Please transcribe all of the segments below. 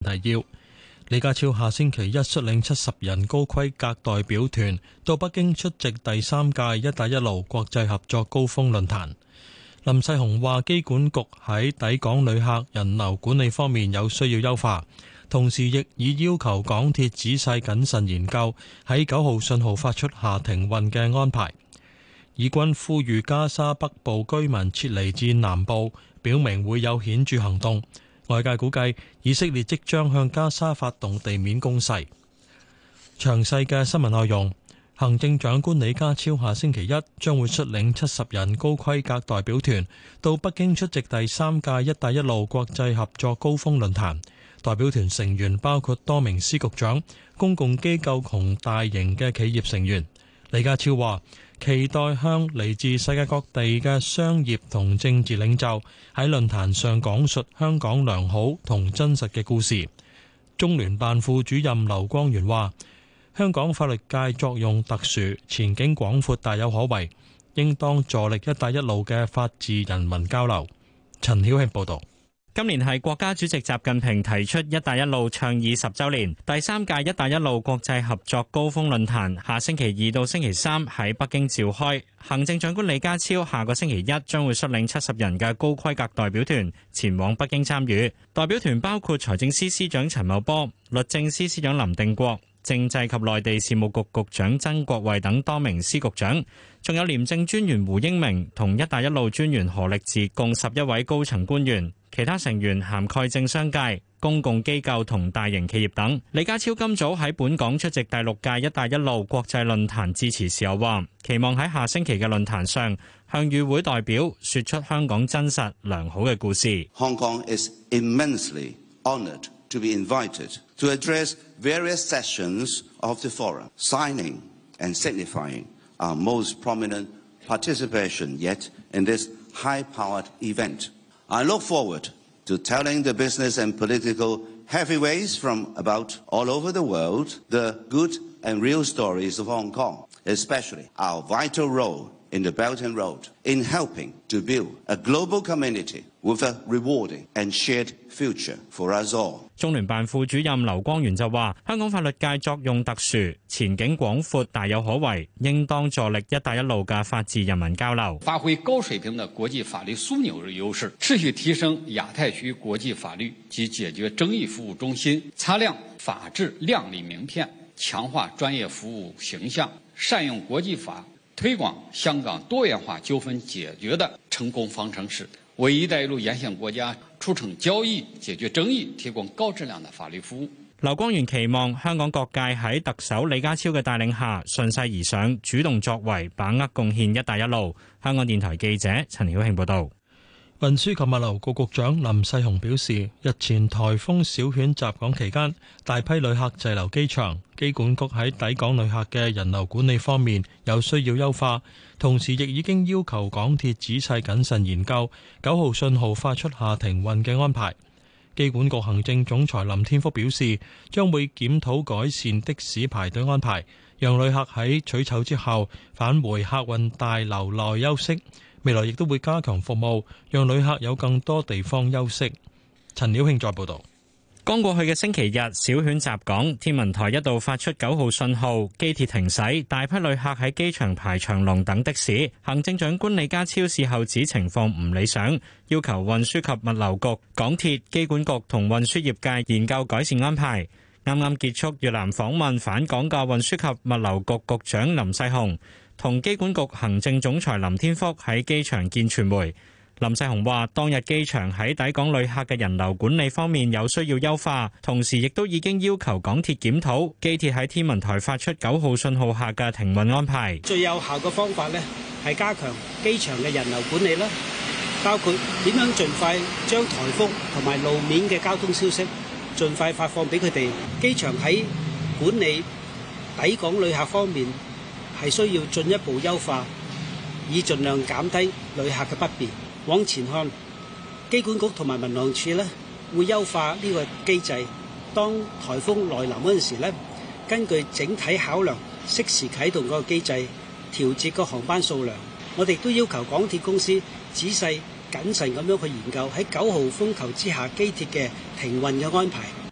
提要。李家超下星期一率領70人高規格代表團到北京出席第3屆「一帶一路」國際合作高峰論壇。林世雄話，機管局喺抵港旅客人流管理方面有需要優化，同時亦已要求港鐵仔細謹慎研究喺9號信號發出下停運嘅安排。以軍呼籲加沙北部居民撤離至南部，表明會有顯著行動。外界估計以色列即將向加沙發動地面攻勢。詳細嘅新聞內容，行政長官李家超下星期一將會率領70人高規格代表團到北京出席第3屆「一帶一路」國際合作高峰論壇。代表團成員包括多名司局長、公共機構同大型嘅企業成員。李家超話，期待向嚟自世界各地嘅商業同政治領袖喺論壇上講述香港良好同真實嘅故事。中聯辦副主任劉光源話，香港法律界作用特殊，前景廣闊，大有可為，應當助力一帶一路嘅法治人民交流。陳曉慶報導。 今年係國家主席習近平提出一帶一路倡議10週年，第3屆一帶一路國際合作高峰論壇下星期2到星期3喺北京召開。行政長官李家超下個星期一將會率領70人嘅高規格代表團前往北京參與。代表團包括財政司司長陳茂波、律政司司長林定國、政制及內地事務局局長曾國衛等多名司局長，仲有廉政專員胡英明同一帶一路專員何力智共11位高層官員。其他成員涵蓋政商界、公共機構同大型企業等。李家超今早喺本港出席第6屆一帶一路國際論壇致辭時候話，期望喺下星期嘅論壇上向與會代表說出香港真實良好嘅故事。 Hong Kong is immensely honoured to be invited to address various sessions of the forum, signing and signifying our most prominent participation yet in this high-powered event. I look forward to telling the business and political heavyweights from about all over the world the good and real stories of Hong Kong, especially our vital role in the Belt and Road in helping to build a global community with a rewarding and shared future for us all. 中聯辦副主任劉光源就話，香港法律界作用特殊，前景廣闊，大有可為，應當助力一帶一路嘅法治人民交流， 發揮高水平的國際法律樞紐優勢，持續提升亞太區國際法律及解決爭議服務中心，擦亮法治亮麗名片，強化專業服務形象，善用國際法推廣香港多元化糾紛解決的成功方程式，為一帶一路沿線國家促成交易、解決爭議提供高質量的法律服務。 劉光源期望香港各界喺特首李家超嘅帶領下順勢而上，主動作為，把握貢獻一帶一路。香港電台記者陳曉慶報導。 運輸及物流局局長林世雄表示，日前颱風小犬襲港期間，大批旅客滯留機場，機管局喺抵港旅客嘅人流管理方面有需要優化，同時亦已經要求港鐵仔細謹慎研究9號信號發出下停運嘅安排。機管局行政總裁林天福表示，將會檢討改善的士排隊安排，讓旅客喺取籌之後返回客運大樓內休息。未來亦都會加強服務，讓旅客有更多地方休息。陳曉慶再報導。 剛過去嘅星期日，小犬襲港，天文台一度發出9號信號，機鐵停駛，大批旅客喺機場排長龍等的士。行政長官李家超事後指情況唔理想，要求運輸及物流局、港鐵、機管局同運輸業界研究改善安排。啱啱結束越南訪問返港嘅運輸及物流局局長林世雄同機管局行政總裁林天福喺機場見傳媒。林世雄話，當日機場喺抵港旅客嘅人流管理方面有需要優化，同時亦都已經要求港鐵檢討機鐵喺天文台發出9號信號下嘅停運安排。 最有效嘅方法呢，係加強機場嘅人流管理啦，包括點樣盡快將颱風同埋路面嘅交通消息盡快發放俾佢哋。機場喺管理抵港旅客方面係需要進一步優化，以盡量減低旅客嘅不便。往前看，機管局同埋民航處呢會優化呢個機制。當颱風來臨嗰陣時呢，根據整體考量，適時啟動嗰個機制，調節個航班數量。我哋都要求港鐵公司仔細謹慎咁樣去研究喺9號風球之下機鐵嘅停運嘅安排。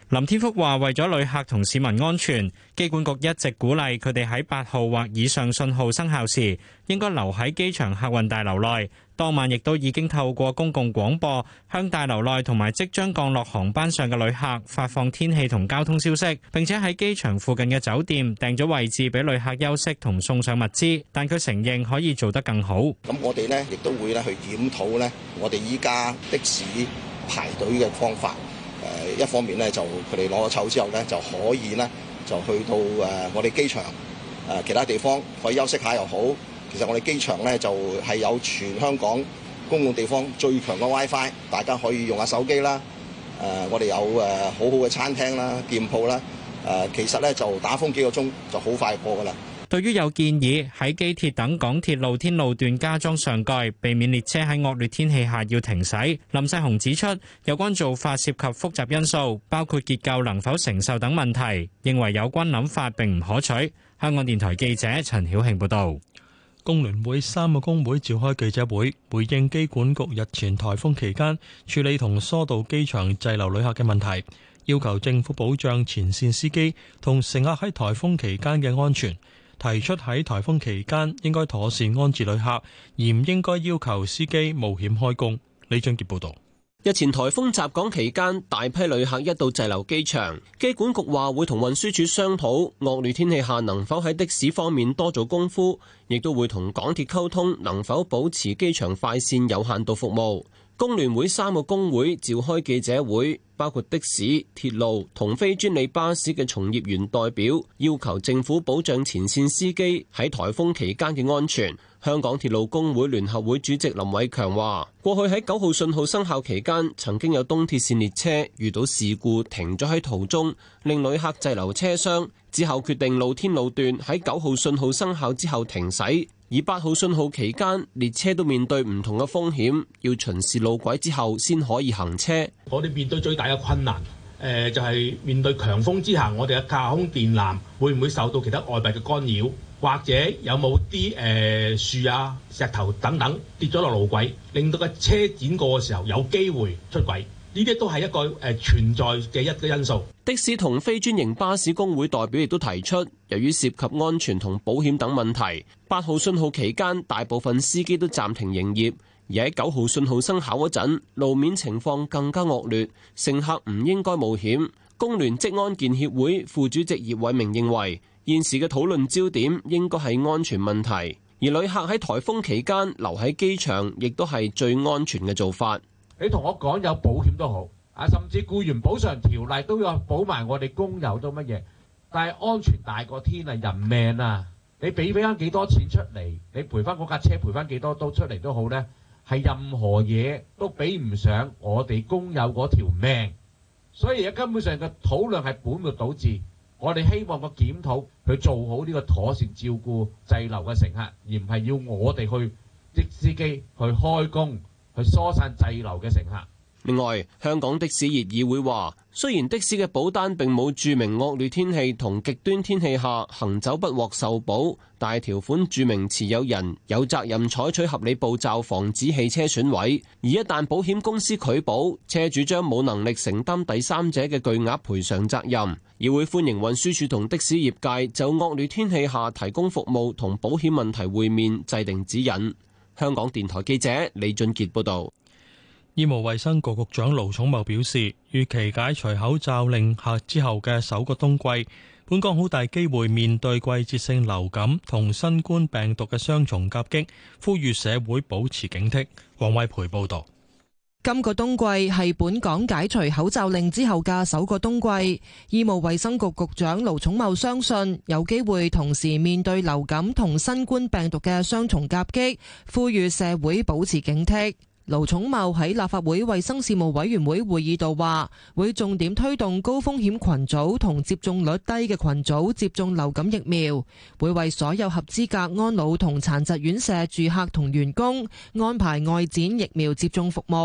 林天福話：為咗旅客同市民安全，機管局一直鼓勵佢哋喺8號或以上信號生效時，應該留喺機場客運大樓內。當晚亦都已經透過公共廣播向大樓內同埋即將降落航班上嘅旅客發放天氣同交通消息，並且喺機場附近嘅酒店訂咗位置俾旅客休息同送上物資。但佢承認可以做得更好。 咁我哋呢亦都會咧去檢討呢我哋依家的士排隊嘅方法。一方面呢，就佢哋攞咗籌之後呢，就可以呢，就去到我哋機場其他地方可以休息下又好。其實我哋機場呢，就係有全香港公共地方最強嘅 WiFi， 大家可以用下手機啦。我哋有好好嘅餐廳啦、店鋪啦。其實呢，就打風幾個鐘就好快過㗎啦。 對於有建議喺機鐵等港鐵露天路段加裝上蓋，避免列車喺惡劣天氣下要停駛，林世雄指出，有關做法涉及複雜因素，包括結構能否承受等問題，認為有關諗法並唔可取。香港電台記者陳曉慶報導。 工聯會3個工會召開記者會，回應機管局日前颱風期間處理同疏導機場滯留旅客嘅問題，要求政府保障前線司機同乘客喺颱風期間嘅安全。提出喺颱風期間應該妥善安置旅客，而唔應該要求司機冒險開工。李俊傑報導。 日前颱風襲港期間，大批旅客一度滯留機場，機管局話會同運輸署商討惡劣天氣下能否喺的士方面多做功夫，亦都會同港鐵溝通能否保持機場快線有限度服務。工聯會3個工會召開記者會，包括的士、鐵路同非專利巴士嘅從業員代表，要求政府保障前線司機喺颱風期間嘅安全。香港鐵路工會聯合會主席林偉強話，過去喺9號信號生效期間，曾經有東鐵線列車遇到事故停咗喺途中，令旅客滯留車廂，之後決定露天路段喺9號信號生效之後停駛。而8號信號期間，列車都面對唔同嘅風險，要巡視路軌之後先可以行車。 我哋面對最大嘅困難，就係面對強風之下，我哋嘅架空電纜會唔會受到其他外幣嘅干擾，或者有冇啲樹啊、石頭等等跌咗落路軌，令到個車展過嘅時候有機會出軌。呢啲都係一個存在嘅一個因素。 的士同非專營巴士工會代表亦都提出，由於涉及安全同保險等問題，8號信號期間大部分司機都暫停營業，而喺9號信號生效嗰陣，路面情況更加惡劣，乘客唔應該冒險。工聯職安健協會副主席葉偉明認為，現時嘅討論焦點應該係安全問題，而旅客喺颱風期間留喺機場，亦都係最安全嘅做法。 你同我講有保險都好，甚至僱員補償條例都要保埋我哋工友都乜嘢，但係安全大過天啊，人命啊！你俾翻幾多錢出嚟，你賠翻嗰架車賠翻幾多都出嚟都好呢，係任何嘢都比唔上我哋工友嗰條命。所以而家根本上嘅討論係本末倒置，我哋希望個檢討去做好呢個妥善照顧滯留嘅乘客，而唔係要我哋去的司機去開工去疏散滯留嘅乘客。 另外，香港的士業議會話，雖然的士嘅保單並冇註明惡劣天氣同極端天氣下行走不獲受保，但係條款註明持有人有責任採取合理步驟防止汽車損毀，而一旦保險公司拒保，車主將冇能力承擔第三者嘅巨額賠償責任。議會歡迎運輸署同的士業界就惡劣天氣下提供服務同保險問題會面，制定指引。香港電台記者李俊傑報道。 醫務衛生局局長盧寵茂表示，預期解除口罩令之後嘅首個冬季，本港好大機會面對季節性流感同新冠病毒嘅雙重夾擊，呼籲社會保持警惕。黃惠培報道。 今個冬季係本港解除口罩令之後嘅首個冬季，醫務衛生局局長盧寵茂相信有機會同時面對流感同新冠病毒嘅雙重夾擊，呼籲社會保持警惕。盧寵茂喺立法會衛生事務委員會會議度話，會重點推動高風險群組同接種率低嘅群組接種流感疫苗，會為所有合資格安老同殘疾院舍住客同員工安排外展疫苗接種服務。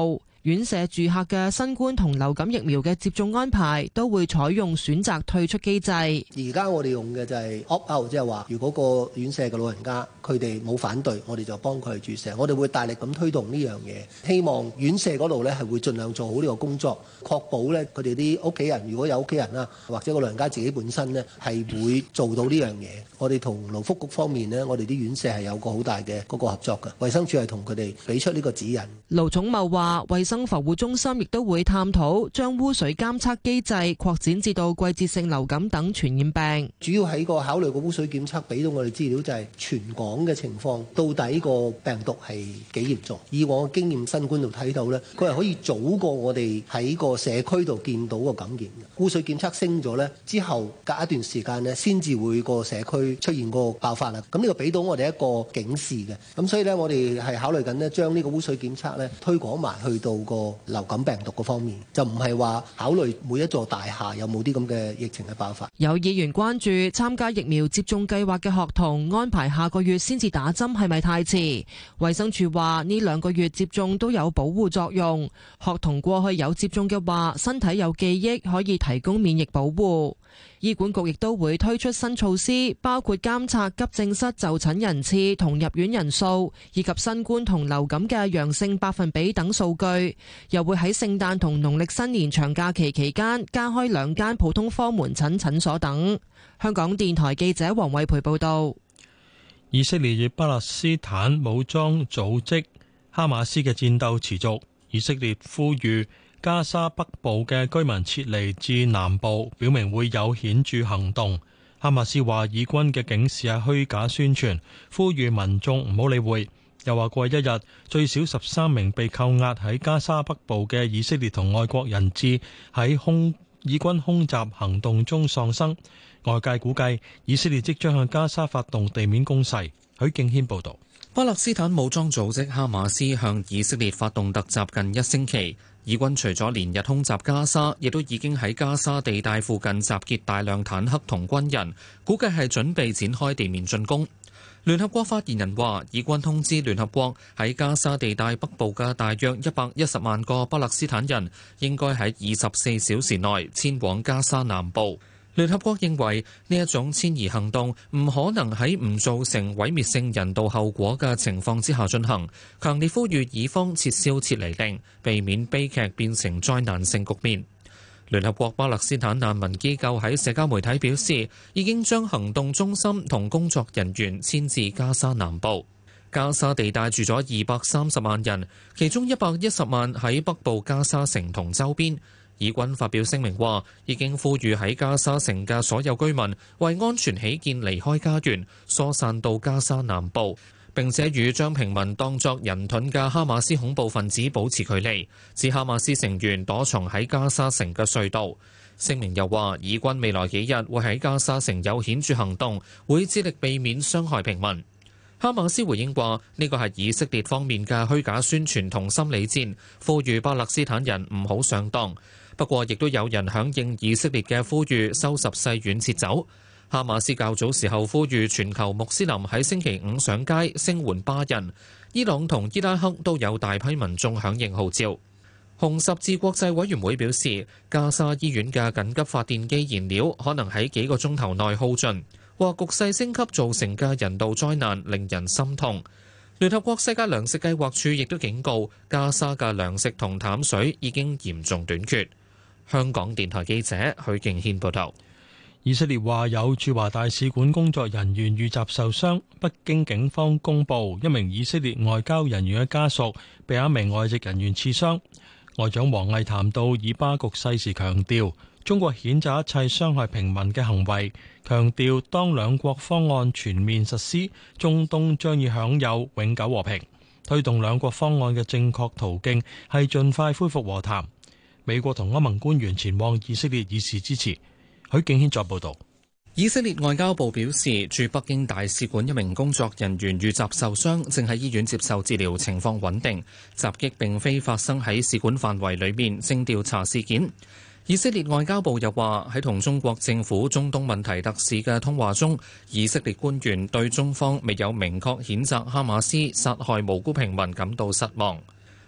院舍住客嘅新冠同流感疫苗嘅接種安排都會採用選擇退出機制。 而家我哋用嘅就係 opt out， 即係話如果個院舍嘅老人家佢哋冇反對，我哋就幫佢注射。我哋會大力咁推動呢樣嘢，希望院舍嗰度咧係會盡量做好呢個工作，確保咧佢哋啲屋企人，如果有屋企人啦，或者個老人家自己本身咧係會做到呢樣嘢。我哋同勞福局方面咧，我哋啲院舍係有個好大嘅嗰個合作嘅，衛生署係同佢哋俾出呢個指引。 盧寵茂話，衛生防護中心亦都會探討將污水監測機制擴展至到季節性流感等傳染病。 主要喺個考慮個污水檢測俾到我哋資料，就係全港嘅情況，到底個病毒係幾嚴重。以往嘅經驗，新冠度睇到咧，佢係可以早過我哋喺個社區度見到個感染嘅。污水檢測升咗咧之後，隔一段時間咧，先至會個社區出現個爆發啦。咁呢個俾到我哋一個警示嘅。咁所以咧，我哋係考慮緊咧，將呢個污水檢測咧推廣埋去到個流感病毒嗰方面，就唔係話考慮每一座大廈有冇啲咁嘅疫情嘅爆發。 有議員關注參加疫苗接種計劃嘅學童安排下個月先至打針係咪太遲？衛生署話呢2個月接種都有保護作用，學童過去有接種嘅話，身體有記憶可以提供免疫保護。醫管局亦都會推出新措施，包括監察急症室就診人次同入院人數，以及新冠同流感嘅陽性百分比等數據。又會喺聖誕同農曆新年長假期期間加開2間普通科門診診所等。香港電台記者黃慧培報道。 以色列與巴勒斯坦武裝組織哈馬斯嘅戰鬥持續，以色列呼籲加沙北部嘅居民撤離至南部，表明會有顯著行動。哈馬斯話以軍嘅警示係虛假宣傳，呼籲民眾唔好理會。又話過去1日最少13名被扣押喺加沙北部嘅以色列同外國人質喺以軍空襲行動中喪生。外界估計以色列即將向加沙發動地面攻勢。許敬軒報導。 巴勒斯坦武裝組織哈馬斯向以色列發動突襲近1星期，以軍除咗連日空襲加沙，亦都已經喺加沙地帶附近集結大量坦克同軍人，估計係準備展開地面進攻。聯合國發言人話，以軍通知聯合國喺加沙地帶北部嘅大約110萬個巴勒斯坦人應該喺24小時內遷往加沙南部。聯合國認為呢一種遷移行動唔可能喺唔造成毀滅性人道後果嘅情況之下進行，強烈呼籲以方撤銷撤離令，避免悲劇變成災難性局面。聯合國巴勒斯坦難民機構喺社交媒體表示，已經將行動中心同工作人員遷至加沙南部。加沙地帶住咗230萬人，其中110萬喺北部加沙城同周邊。以軍發表聲明話，已經呼籲喺加沙城嘅所有居民為安全起見離開家園，疏散到加沙南部，並且與將平民當作人盾嘅哈馬斯恐怖分子保持距離，指哈馬斯成員躲藏喺加沙城嘅隧道。聲明又話，以軍未來幾日會喺加沙城有顯著行動，會致力避免傷害平民。哈馬斯回應話，呢個係以色列方面嘅虛假宣傳同心理戰，呼籲巴勒斯坦人唔好上當。不過，亦都有人響應以色列嘅呼籲，收拾細軟撤走。哈馬斯較早時候呼籲全球穆斯林喺星期5上街聲援巴人。伊朗同伊拉克都有大批民眾響應號召。紅十字國際委員會表示，加沙醫院嘅緊急發電機燃料可能喺幾個鐘頭內耗盡，話局勢升級造成嘅人道災難令人心痛。聯合國世界糧食計劃署亦都警告，加沙嘅糧食同淡水已經嚴重短缺。香港電台記者許敬軒報道。 以色列話有駐華大使館工作人員遇襲受傷，北京警方公布一名以色列外交人員嘅家屬被一名外籍人員刺傷。外長王毅談到以巴局勢時強調，中國譴責一切傷害平民嘅行為，強調當兩國方案全面實施，中東將要享有永久和平。推動兩國方案嘅正確途徑係盡快恢復和談。美國同歐盟官員前往以色列以示支持。許敬軒再報道。 以色列外交部表示，駐北京大使館一名工作人員遇襲受傷，正喺醫院接受治療，情況穩定。襲擊並非發生喺使館範圍裏面，正調查事件。以色列外交部又話，喺同中國政府中東問題特使嘅通話中，以色列官員對中方未有明確譴責哈馬斯殺害無辜平民感到失望。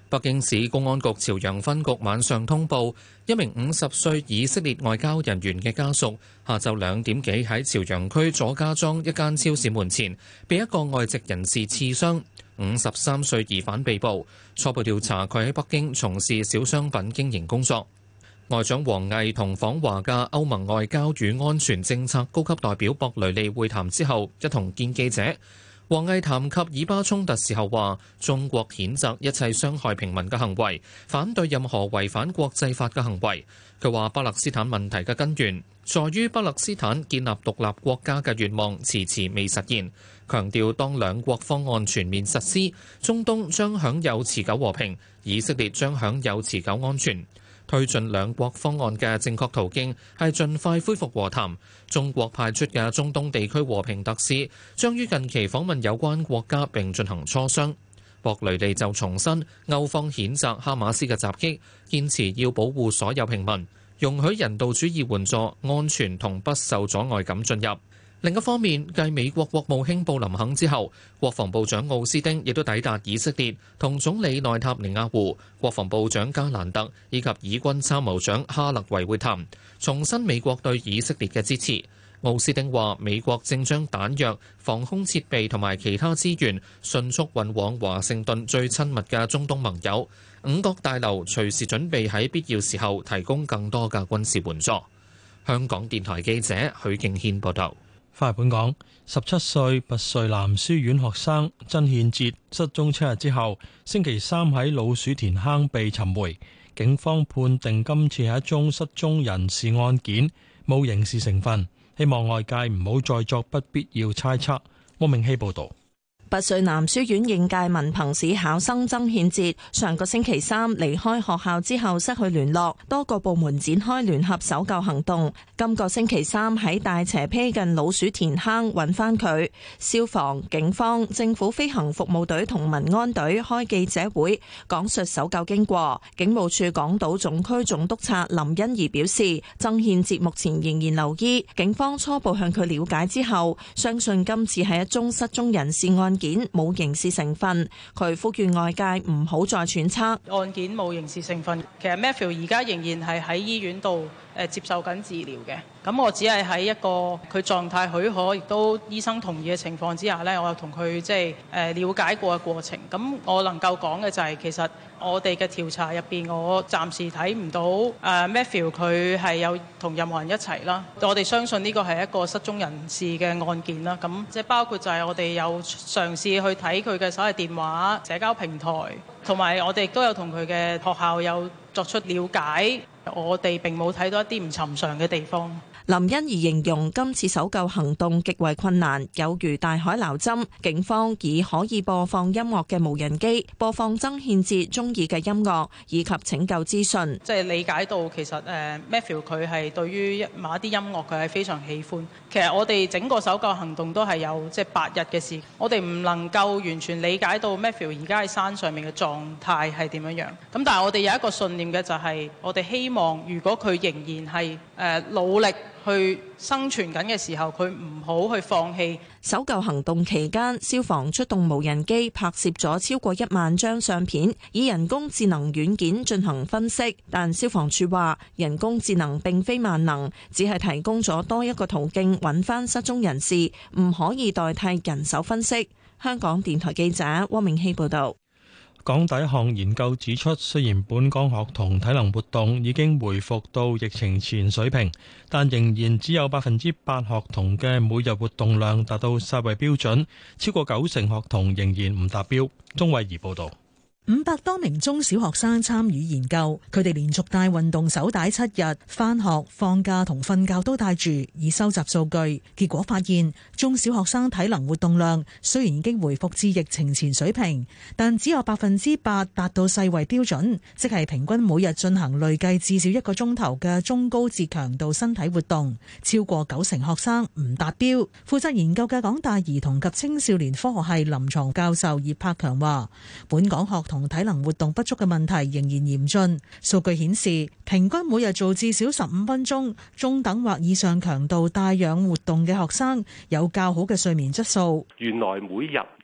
北京市公安局朝陽分局晚上通報，一名50歲以色列外交人員嘅家屬，下晝2點幾喺朝陽區左家莊一間超市門前，被一個外籍人士刺傷。53歲疑犯被捕，初步調查佢喺北京從事小商品經營工作。外長王毅同訪華嘅歐盟外交與安全政策高級代表博雷利會談之後，一同見記者。王毅談及以巴衝突時候話，中國譴責一切傷害平民嘅行為，反對任何違反國際法嘅行為。佢話巴勒斯坦問題嘅根源在於巴勒斯坦建立獨立國家嘅願望遲遲未實現，強調當兩國方案全面實施，中東將享有持久和平，以色列將享有持久安全。推進兩國方案嘅正確途徑係盡快恢復和談。中國派出嘅中東地區和平特使將於近期訪問有關國家並進行磋商。博雷利就重申歐方譴責哈馬斯嘅襲擊，堅持要保護所有平民，容許人道主義援助安全同不受阻礙咁進入。另一方面，繼美國國務卿布林肯之後，國防部長奧斯汀亦都抵達以色列，同總理內塔尼亞胡、國防部長加蘭特以及以軍參謀長哈勒維會談，重申美國對以色列嘅支持。奧斯汀話：美國正將彈藥、防空設備同埋其他資源迅速運往華盛頓最親密嘅中東盟友。五角大樓隨時準備喺必要時候提供更多嘅軍事援助。香港電台記者許敬軒報道。 翻嚟本港，17歲拔萃男書院學生曾憲哲失蹤7日之後，星期三喺老鼠田坑被尋回。警方判定今次係一宗失蹤人士案件，冇刑事成分，希望外界唔好再作不必要猜測。汪明希報導。 拔萃男書院應屆文憑試考生曾憲哲上個星期三離開學校之後失去聯絡，多個部門展開聯合搜救行動。今個星期三喺大斜坡近老鼠田坑揾翻佢，消防、警方、政府飛行服務隊同民安隊開記者會講述搜救經過。警務處港島總區總督察林欣怡表示，曾憲哲目前仍然留醫，警方初步向佢了解之後，相信今次係一宗失蹤人士案件，冇刑事成分。佢呼籲外界唔好再揣測案件冇刑事成分。其實 Matthew 而家仍然係喺醫院度接受緊治療嘅。咁我只係喺一個佢狀態許可，亦都醫生同意嘅情況之下呢，我有同佢了解過嘅過程。咁我能夠講嘅就係，其實我哋嘅調查入邊，我暫時睇唔到Matthew 佢係有同任何人一齊啦。我哋相信呢個係一個失蹤人士嘅案件啦。咁即係包括就係我哋有嘗試去睇佢嘅手提電話、社交平台，同埋我哋亦都有同佢嘅學校有作出了解。我哋並冇睇到一啲唔尋常嘅地方。 林欣怡形容今次搜救行動極為困難，有如大海撈針。警方以可以播放音樂嘅無人機播放曾憲哲中意嘅音樂以及拯救資訊。 即係理解到其實Matthew 佢係對於某一啲音樂佢係非常喜歡。其實我哋整個搜救行動都係有8日嘅事，我哋唔能夠完全理解到 Matthew 而家喺山上面嘅狀態係點樣樣。咁但係我哋有一個信念嘅就係，我哋希望如果佢仍然係努力去生存緊嘅時候，佢唔好去放棄。 搜救行動期間，消防出動無人機拍攝咗超過1萬張相片，以人工智能軟件進行分析。但消防處話，人工智能並非萬能，只係提供咗多一個途徑揾翻失蹤人士，唔可以代替人手分析。香港電台記者汪明希報導。 港大一項研究指出，雖然本港學童體能活動已經回復到疫情前水平，但仍然只有8%學童嘅每日活動量達到世衛標準，超過90%學童仍然唔達標。鍾慧儀報導。 500多名中小學生參與研究，佢哋連續戴運動手帶7日，返學、放假同瞓覺都戴住，以收集數據。結果發現，中小學生體能活動量雖然已經回復至疫情前水平，但只有8%達到世衛標準，即係平均每日進行累計至少1個鐘頭嘅中高至強度身體活動。超過90%學生唔達標。負責研究嘅港大兒童及青少年科學系臨床教授葉柏強話，本港學童體能活動不足嘅問題仍然嚴峻。數據顯示，平均每日做至少15分鐘中等或以上強度帶氧活動嘅學生有較好嘅睡眠質素。 原來每日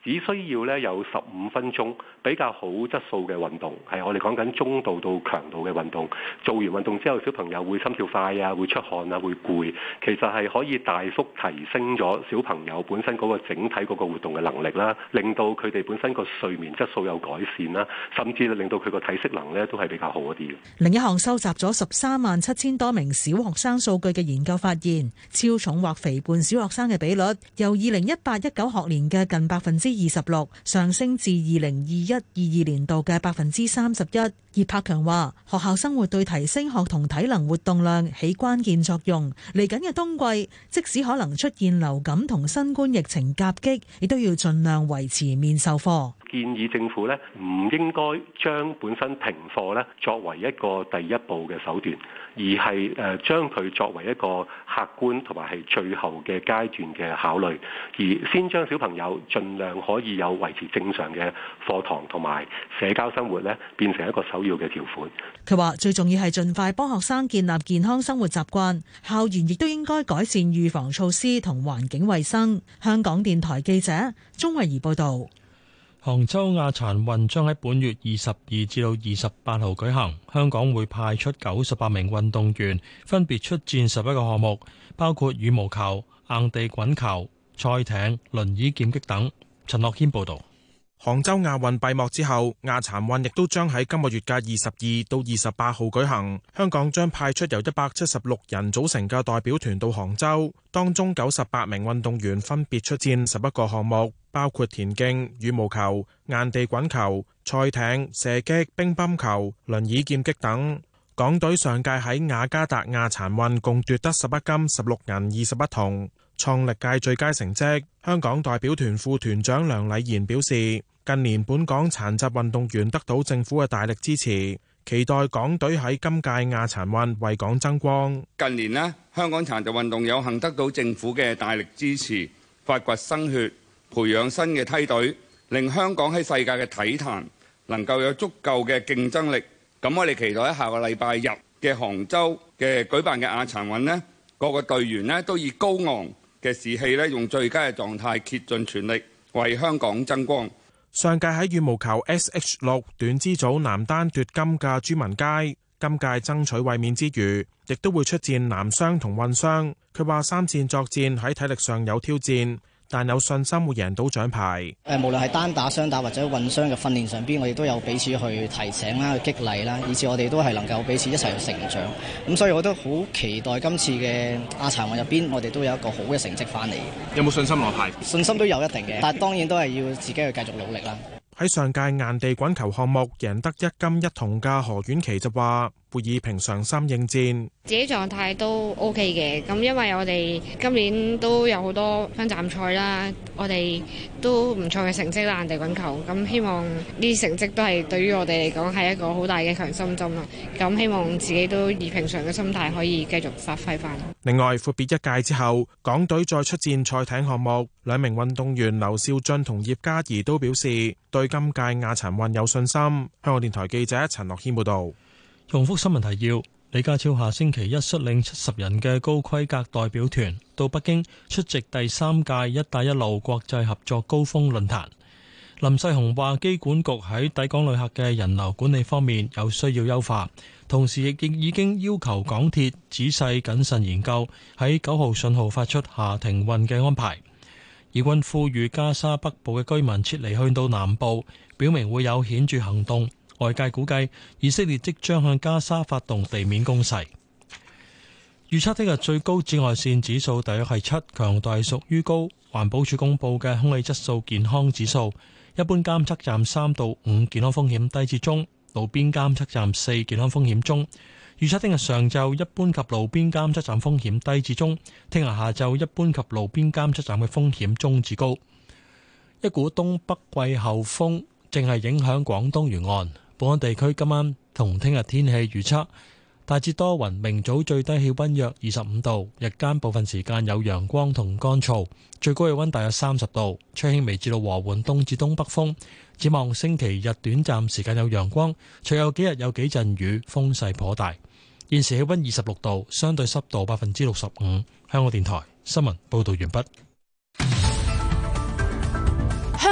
只需要咧有15分鐘比較好質素嘅運動，係我哋講緊中度到強度嘅運動。做完運動之後，小朋友會心跳快啊，會出汗啊，會攰，其實係可以大幅提升咗小朋友本身嗰個整體嗰個活動嘅能力啦，令到佢哋本身個睡眠質素有改善啦，甚至令到佢個體適能咧都係比較好一啲嘅。 另一項收集咗137000多名小學生數據嘅研究發現，超重或肥胖小學生嘅比率由2018-19學年嘅近26%上升至2021-22年度嘅31%。葉柏強話：學校生活對提升學童體能活動量起關鍵作用。嚟緊嘅冬季，即使可能出現流感同新冠疫情夾擊，亦都要盡量維持面授課。 建議政府咧唔應該將本身停課咧作為一個第一步嘅手段，而係將佢作為一個客觀同埋係最後嘅階段嘅考慮，而先將小朋友盡量可以有維持正常嘅課堂同埋社交生活咧，變成一個首要嘅條款。 佢話最重要係盡快幫學生建立健康生活習慣，校園亦都應該改善預防措施同環境衛生。香港電台記者鍾慧儀報道。 杭州亞殘運將喺本月22至到28號舉行，香港會派出98名運動員，分別出戰11個項目，包括羽毛球、硬地滾球、賽艇、輪椅劍擊等。陳樂謙報道。 杭州亞運閉幕之後，亞殘運亦都將喺今個月嘅22到28號舉行。香港將派出由176人組成嘅代表團到杭州，當中98名運動員分別出戰11個項目，包括田徑、羽毛球、硬地滾球、賽艇、射擊、乒乓球、輪椅劍擊等。港隊上屆喺雅加達亞殘運共奪得11金、16銀、21銅，創歷屆最佳成績。香港代表團副團長梁禮賢表示，近年本港殘疾運動員得到政府嘅大力支持，期待港隊喺今屆亞殘運為港爭光。 近年呢，香港殘疾運動有幸得到政府嘅大力支持，發掘新血，培養新嘅梯隊，令香港喺世界嘅體壇能夠有足夠嘅競爭力。咁我哋期待喺下個禮拜日嘅杭州嘅舉辦嘅亞殘運呢，各個隊員呢都以高昂嘅士氣呢，用最佳嘅狀態竭盡全力為香港爭光。 上屆喺羽毛球 SH6 短肢組男單奪金嘅朱文佳，今屆爭取衛冕之餘，亦都會出戰男雙同混雙。佢話3戰作戰喺體力上有挑戰，但有信心會贏到獎牌。 無論係單打、雙打或者混雙嘅訓練上邊，我哋都有彼此去提醒啦、去激勵啦，以至我哋都係能夠彼此一齊去成長。咁所以我都好期待今次嘅亞殘運入邊，我哋都有一個好嘅成績翻嚟。 有冇信心攞牌？ 信心都有一定嘅，但係當然都係要自己去繼續努力啦。 喺上屆硬地滾球項目贏得1金1銅嘅何婉琪就話，會以平常心應戰。 自己狀態都 OK 嘅，咁因為我哋今年都有好多分站賽啦，我哋都唔錯嘅成績啦，硬地滾球，咁希望呢啲成績都係對於我哋嚟講係一個好大嘅強心針啦。咁希望自己都以平常嘅心態可以繼續發揮翻。 另外，闊別一屆之後，港隊再出戰賽艇項目，2名運動員劉少俊同葉嘉儀都表示對今屆亞殘運有信心。香港電台記者陳樂謙報道。 重複新聞提要：李家超下星期一率領70人嘅高規格代表團到北京出席第3屆「一帶一路」國際合作高峰論壇。林世雄話，機管局喺抵港旅客嘅人流管理方面有需要優化，同時亦已經要求港鐵仔細謹慎研究喺9號信號發出下停運嘅安排。以軍呼籲加沙北部嘅居民撤離去到南部，表明會有顯著行動。外界估計以色列即將向加沙發動地面攻勢。預測聽日最高紫外線指數大約係7，強度係屬於高。環保署公布嘅空氣質素健康指數，一般監測站3到5，健康風險低至中；路邊監測站4，健康風險中。預測聽日上晝一般及路邊監測站風險低至中，聽日下晝一般及路邊監測站嘅風險中至高。一股東北季候風正係影響廣東沿岸。本港地區今晚同聽日天氣預測，大致多雲，明早最低氣溫約25度，日間部分時間有陽光同乾燥，最高氣溫大約30度，吹輕微至到和緩東至東北風。展望星期日短暫時間有陽光，隨後幾日有幾陣雨，風勢頗大。現時氣溫26度，相對濕度65%。香港電台新聞報道完畢。 香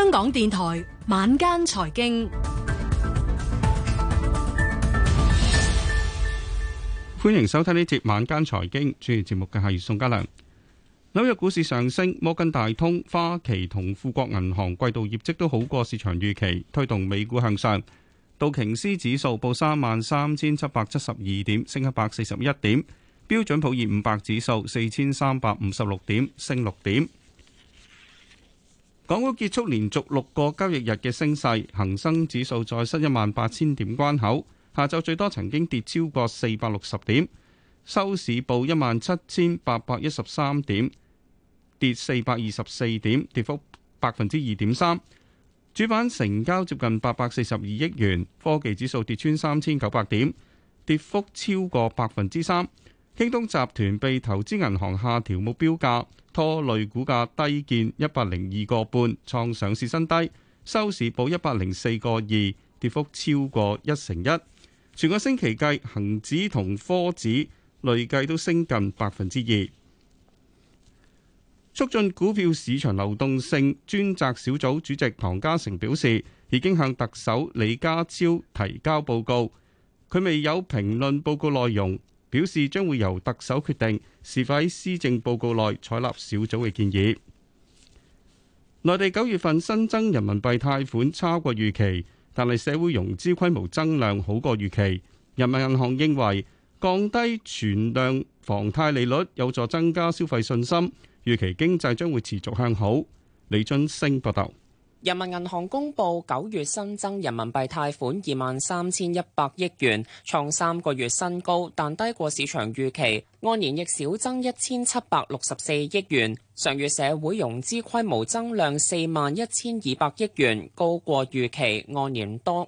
香港電台晚間財經， 歡迎收聽呢節晚間財經，主持節目嘅係宋家良。紐約股市上升，摩根大通、花旗同富國銀行季度業績都好過市場預期，推動美股向上。道瓊斯指數報33,772點，升141點；標準普爾500指數4,356點，升6點。港股結束連續6個交易日嘅升勢，恒生指數再失18,000點關口，下晝最多曾經跌超過460點，收市報17,813點，跌424點，跌幅2.3%。主板成交接近842億元，科技指數跌穿3,900點，跌幅超過3%。京東集團被投資銀行下調目標價，拖累股價低見102個半，創上市新低，收市報104個2，跌幅超過1%。全個星期計，恒指同科指累計都升近2%。促進股票市場流動性專責小組主席唐家成表示，已經向特首李家超提交報告，佢未有評論報告內容，表示將會由特首決定是否喺施政報告內採納小組嘅建議。內地9月份新增人民幣貸款超過預期，但係社會融資規模增量好過預期。人民銀行認為降低存量房貸利率有助增加消費信心，預期經濟將會持續向好。李津升報道。 人民銀行公布9月新增人民幣貸款23,100億元，創3個月新高，但低過市場預期，按年亦少增1764億元。上月社會融資規模增量41,200億元，高過預期，按年多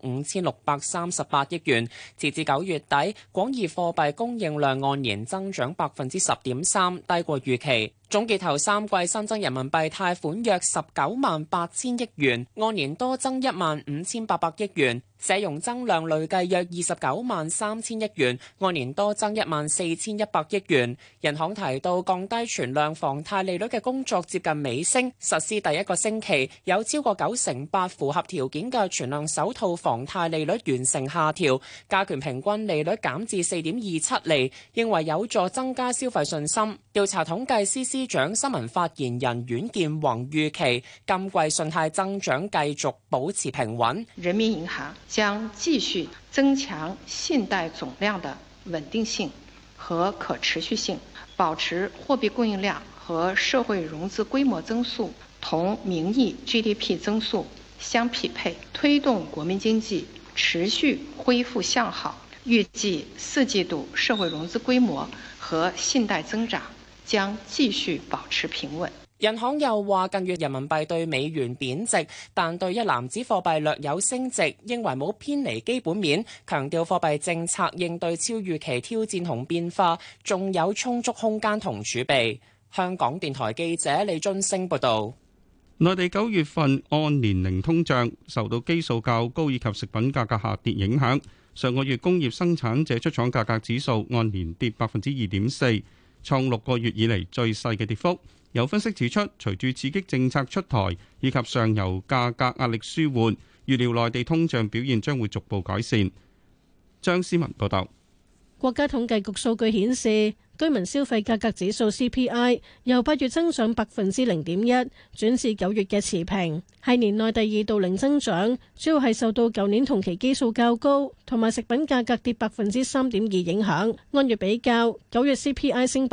5,638億元。截至9月底，廣義貨幣供應量按年增長10.3%，低過預期。總結頭3季新增人民幣貸款約198000億元，按年多增15800億元。社融增量累計約293000億元，按年多增14100億元。人行提到降低存量房貸利率嘅工作接近尾聲，實施第一個星期有超過98%符合條件嘅存量首套房貸利率完成下調，加權平均利率減至4.27厘，認為有助增加消費信心。調查統計司司長新聞發言人阮建宏預期今季信貸增長繼續保持平穩。 人民銀行將繼續增強信貸總量的穩定性和可持續性，保持貨幣供應量和社會融資規模增速同名義 GDP 增速相匹配，推動國民經濟持續恢復向好。預計4季度社會融資規模和信貸增長將繼續保持平穩。 人行又話，近月人民幣對美元貶值，但對一籃子貨幣略有升值，認為冇偏離基本面，強調貨幣政策應對超預期挑戰同變化，仲有充足空間同儲備。香港電台記者李津升報導。 內地9月份按年零通脹受到基數較高以及食品價格下跌影響，上個月工業生產者出廠價格指數按年跌2.4%，創6個月以嚟最細嘅跌幅。有分析指出，隨住刺激政策出台以及上游價格壓力舒緩，預料內地通脹表現將會逐步改善。張思文報道。 國家統計局數據顯示，居民消費價格指數 CPI 由8月增長0.1%，轉至9月嘅持平，係年內第2度零增長，主要係受到舊年同期基數較高同埋食品價格跌3.2%影響。按月比較，9月 CPI 升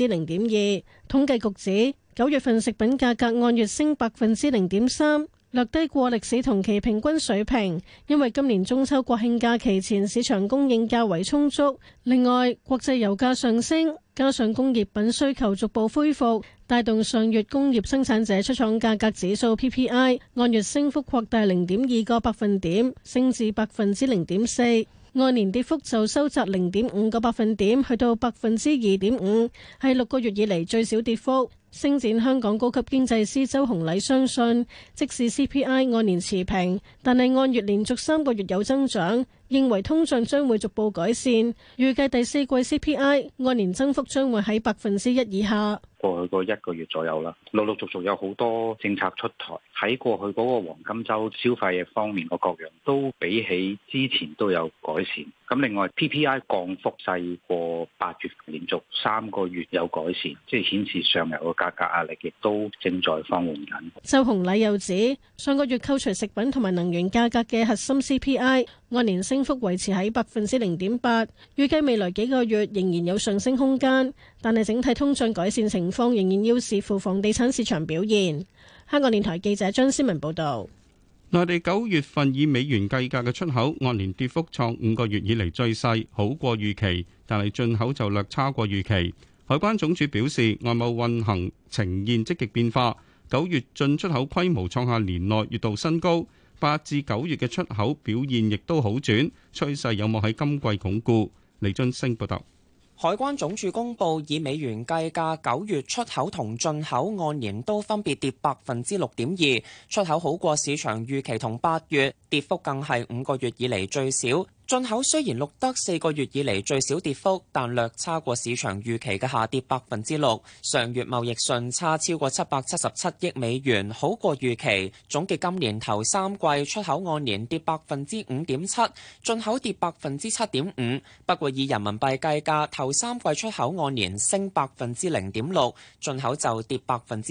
0.2%。統計局指9月份食品價格按月升0.3%。略低過歷史同期平均水平，因為今年中秋國慶假期前市場供應較為充足。另外，國際油價上升，加上工業品需求逐步恢復，帶動上月工業生產者出廠價格指數 PPI 按月升幅擴大0.2個百分點，升至0.4%。按年跌幅就收窄0.5個百分點，去到2.5%，係6個月以嚟最少跌幅。星展香港高級經濟師周洪禮相信，即使 CPI 按年持平，但係按月連續3個月有增長， 認為通脹將會逐步改善，預計第四季 CPI 按年增幅將會喺1%以下。 過去個1個月左右啦，陸陸續續有好多政策出台，喺過去嗰個黃金週消費嘅方面個各樣都比起之前都有改善。咁另外 PPI 降幅細過8月，連續3個月有改善，即係顯示上游嘅價格壓力亦都正在放緩緊。 周洪禮又指，上個月扣除食品同埋能源價格嘅核心 CPI 按年升幅維持喺0.8%，預計未來幾個月仍然有上升空間，但係整體通脹改善情況仍然要視乎房地產市場表現。香港電台記者張思文報道。 內地9月份以美元計價嘅出口按年跌幅創5個月以嚟最細，好過預期，但係進口就略差過預期。海關總署表示，外貿運行呈現積極變化，9月進出口規模創下年內月度新高，8至9月嘅出口表現亦都好轉，趨勢有望喺今季鞏固。李津升報道。 海關總署公佈，以美元計價，9月出口同進口按年都分別跌6.2%，出口好過市場預期，同8月跌幅更係5個月以嚟最少。進口雖然錄得4個月以嚟最少跌幅，但略差過市場預期嘅下跌6%。上月貿易順差超過777億美元，好過預期。總結今年頭3季出口按年跌5.7%，進口跌7.5%。不過以人民幣計價，頭3季出口按年升0.6%，進口就跌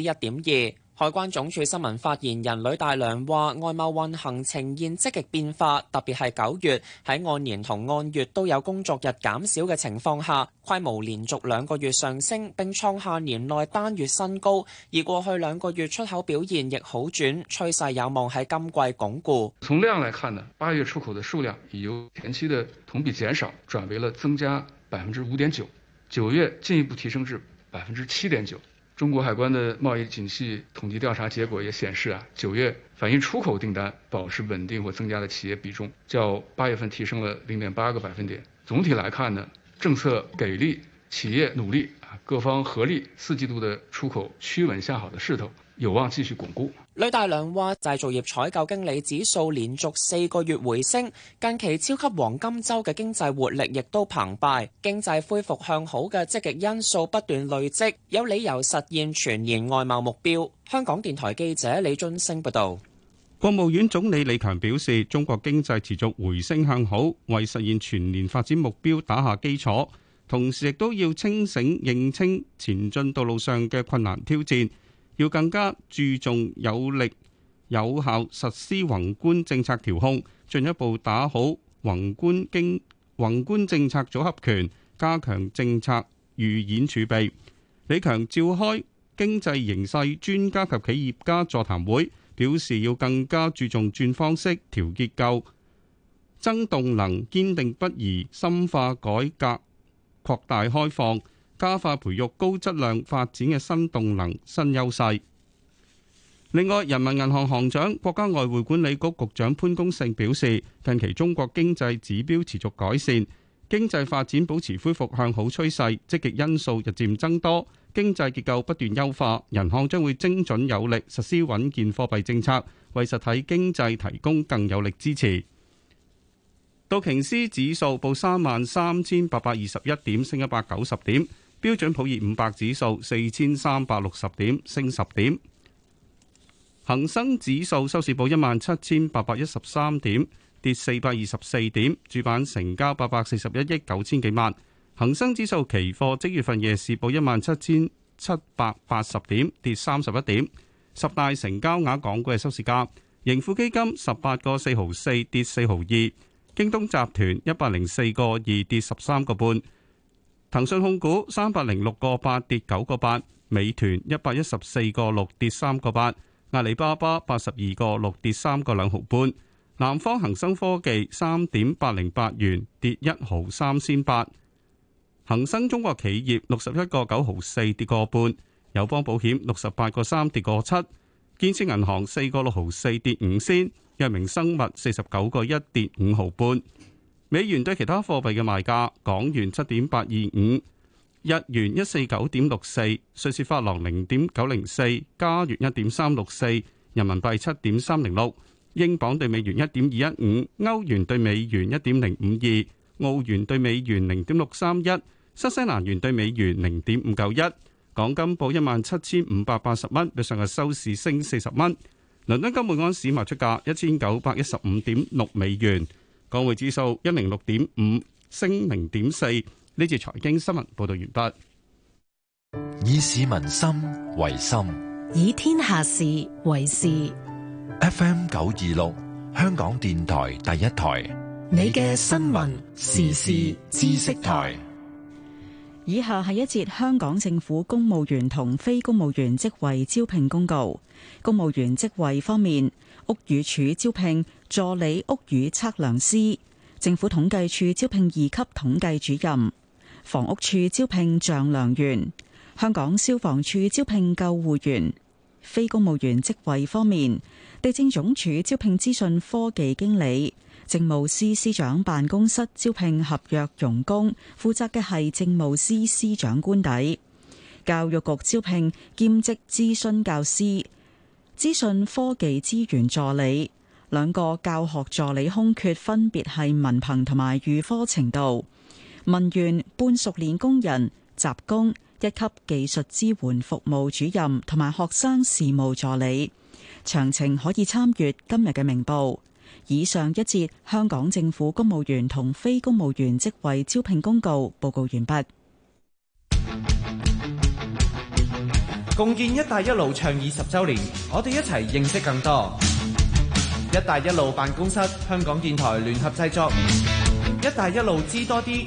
1.2%。海關總署新聞發言人呂大良話，外貿運行呈現積極變化，特別係9月喺按年同按月都有工作日減少嘅情況下，規模連續2個月上升，並創下年內單月新高。而過去2個月出口表現亦好轉，趨勢有望喺今季鞏固。 從量來看呢，8月出口的數量已由前期的同比減少轉為了增加5.9%， 9月進一步提升至7.9%。中國海關的貿易景氣統計調查結果也顯示9月反映出口訂單保持穩定或增加的企業比重，較8月份提升了0.8個百分點。總體來看呢，政策給力，企業努力，各方合力，4季度的出口趨穩向好的勢頭有望繼續鞏固。 呂大良話，製造業採購經理指數連續4個月回升，近期超級黃金週嘅經濟活力亦都澎湃，經濟恢復向好嘅積極因素不斷累積，有理由實現全年外貿目標。香港電台記者李津升報導。 國務院總理李強表示，中國經濟持續回升向好，為實現全年發展目標打下基礎，同時亦都要清醒認清前進道路上嘅困難挑戰，要更加注重有力有效實施宏觀政策調控，進一步打好宏觀政策組合拳，加強政策預演儲備。李強召開經濟形勢專家及企業家座談會，表示要更加注重轉方式、調結構、增動能，堅定不移深化改革、擴大開放，加快培育高質量發展嘅新動能、新優勢。另外，人民銀行行長、國家外匯管理局局長潘功勝表示，近期中國經濟指標持續改善，經濟發展保持恢復向好趨勢，積極因素日漸增多，經濟結構不斷優化。人行將會精準有力實施穩健貨幣政策，為實體經濟提供更有力支持。道瓊斯指數報33,821點，升190點。標準普爾500指數4360點，升10點。恒生指數收市報17,813點，跌424點。主板成交841億9千幾萬。恒生指數期貨即月份夜市報17,780點，跌31點。十大成交額港股嘅收市價：盈富基金18個4毫4，跌4毫2。京東集團104個2，跌13個半；騰訊控股306個8，跌9個8；美團114個6，跌3個8；阿里巴巴82個6，跌3個2毫半；南方恒生科技3.808元，跌1毫3仙8；恒生中國企業61個9毫4，跌個半；友邦保險68個3，跌個7；建設銀行4個6毫4，跌5仙。藥明生物49個1，跌5毫半。美元對其他貨幣嘅賣價：港元7.825，日元149.64，瑞士法郎0.904，加元1.364，人民幣7.306， 英鎊對美元1.215，歐元對美元1.052，澳元對美元0.631，新西蘭元對美元0.591。港金報17,580蚊，比上日收市升40蚊。倫敦金每安士賣出價1915.6美元。港匯指數106.5，升0.4。呢節財經新聞報道完畢。 以市民心為心， 以天下事為事。 FM 926，香港電台第一台， 你嘅新聞時事知識台。 以下係一節香港政府公務員同非公務員職位招聘公告。公務員職位方面，屋宇署招聘助理屋宇測量師，政府統計處招聘2級統計主任，房屋處招聘丈量員，香港消防處招聘救護員。非公務員職位方面，地政總署招聘資訊科技經理，政務司司長辦公室招聘合約傭工，負責嘅係政務司司長官邸。教育局招聘兼職諮詢教師、資訊科技資源助理，2個教學助理空缺分別係文憑同埋預科程度，文員、半熟練工人、雜工、1級技術支援服務主任同埋學生事務助理。詳情可以參閱今日嘅明報。以上一節香港政府公務員同非公務員職位招聘公告報告完畢。 共建一帶一路倡議10週年，我哋一齊認識更多。一帶一路辦公室，香港電台聯合製作。一帶一路知多啲。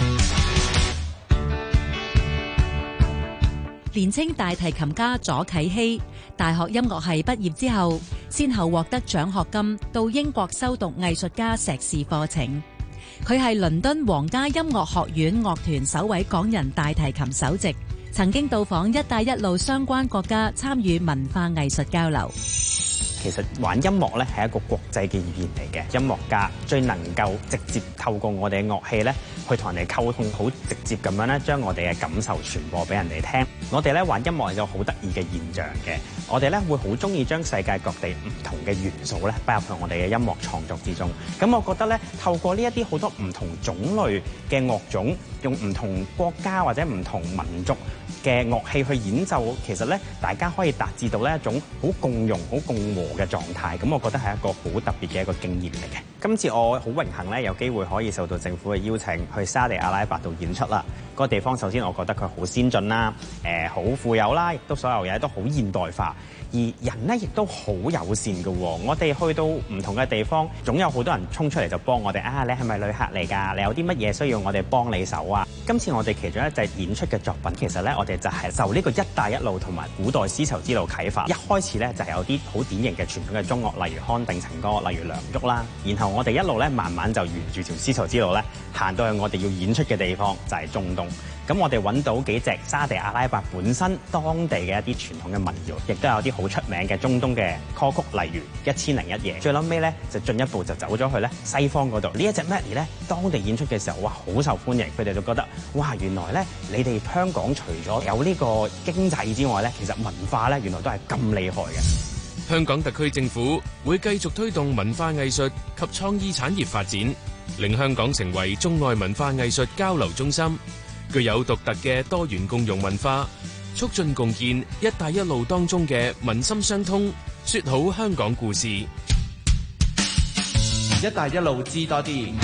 年青大提琴家左啟希，大學音樂系畢業之後，先後獲得獎學金到英國修讀藝術家碩士課程。佢係倫敦皇家音樂學院樂團首位港人大提琴手席，曾經到訪一帶一路相關國家參與文化藝術交流。 其實玩音樂咧係一個國際嘅語言嚟嘅，音樂家最能夠直接透過我哋嘅樂器咧，去同人哋溝通，好直接咁樣咧，將我哋嘅感受傳播俾人哋聽。我哋咧玩音樂係有好得意嘅現象嘅，我哋咧會好中意將世界各地唔同嘅元素咧擺入去我哋嘅音樂創作之中。咁我覺得咧，透過呢一啲好多唔同種類嘅樂種，用唔同國家或者唔同民族嘅樂器去演奏，其實咧大家可以達至到呢一種好共融、好共和嘅狀態。咁我覺得係一個好特別嘅一個經驗嚟嘅。今次我好榮幸咧，有機會可以受到政府嘅邀請去沙地阿拉伯度演出啦。個地方首先我覺得佢好先進啦，好富有啦，亦都所有嘢都好現代化，而人呢亦都好友善嘅。我哋去到唔同嘅地方，總有好多人衝出嚟就幫我哋啊！你係咪旅客嚟㗎？你有啲乜嘢需要我哋幫你手啊？今次我哋其中一隻演出嘅作品，其實咧我哋就係受呢個一帶一路同埋古代絲綢之路啟發。一開始咧就係有啲好典型嘅傳統嘅中樂，例如康定情歌，例如梁祝啦。然後我哋一路咧慢慢就沿住條絲綢之路咧行到去我哋要演出嘅地方，就係中東。咁我哋揾到幾隻沙地阿拉伯本身當地嘅一啲傳統嘅民謠，亦都有啲好出名嘅中東嘅歌曲，例如《1001夜》。最撚尾咧就進一步就走咗去咧西方嗰度。呢一隻 medley 咧當地演出嘅時候，哇好受歡迎，佢哋就覺得哇原來咧你哋香港除咗有呢個經濟之外咧，其實文化咧原來都係咁厲害嘅。 香港特區政府會繼續推動文化藝術及創意產業發展，令香港成為中外文化藝術交流中心。具有獨特嘅多元共融文化，促進共建一帶一路當中嘅民心相通，說好香港故事。 一帶一路知多啲。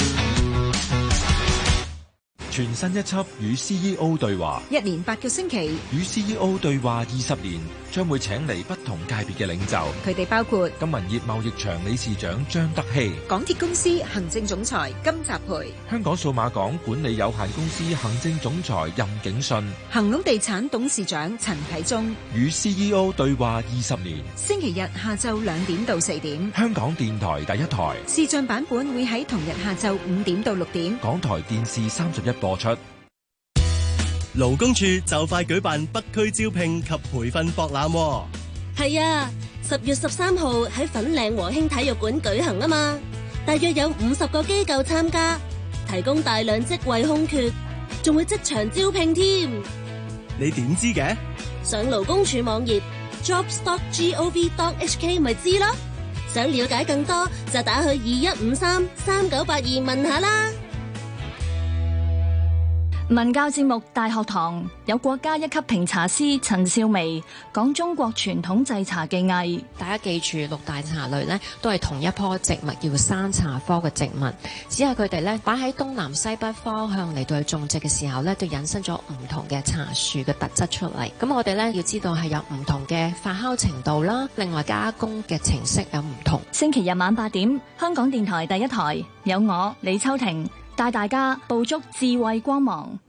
全新一輯與 CEO 對話 ，1年8個星期， 與 CEO 對話20年，將會請嚟不同界別嘅領袖。 佢哋包括金銀業貿易場理事長張德熙、 港鐵公司行政總裁金澤培、 香港數碼港管理有限公司行政總裁任景信、 恒隆地產董事長陳啟宗。 與 CEO 對話20年， 星期日下晝2點到4點， 香港電台第一台視像版本會喺同日下晝5點到6點， 港台電視31播出。 勞工處就快舉辦北區招聘及培訓博覽。 係啊，10月13號喺粉嶺和興體育館舉行啊嘛，大約有50個機構參加，提供大量職位空缺，仲會即場招聘添。 你點知嘅？ 上勞工處網頁 jobs.gov.hk 咪知咯。 想了解更多，就打去21533982問下啦。 文教節目《大學堂》有國家一級評茶師陳少薇講中國傳統製茶技藝。 大家記住，六大茶類呢都係同一棵植物，叫山茶科嘅植物，只係佢哋呢擺喺東南西北方向嚟到去種植嘅時候呢，就引申咗唔同嘅茶樹嘅特質出嚟。咁我哋呢要知道係有唔同嘅發酵程度啦，另外加工嘅程式有唔同。 星期日晚8點，香港電台第一台有我李秋婷帶大家捕捉智慧光芒。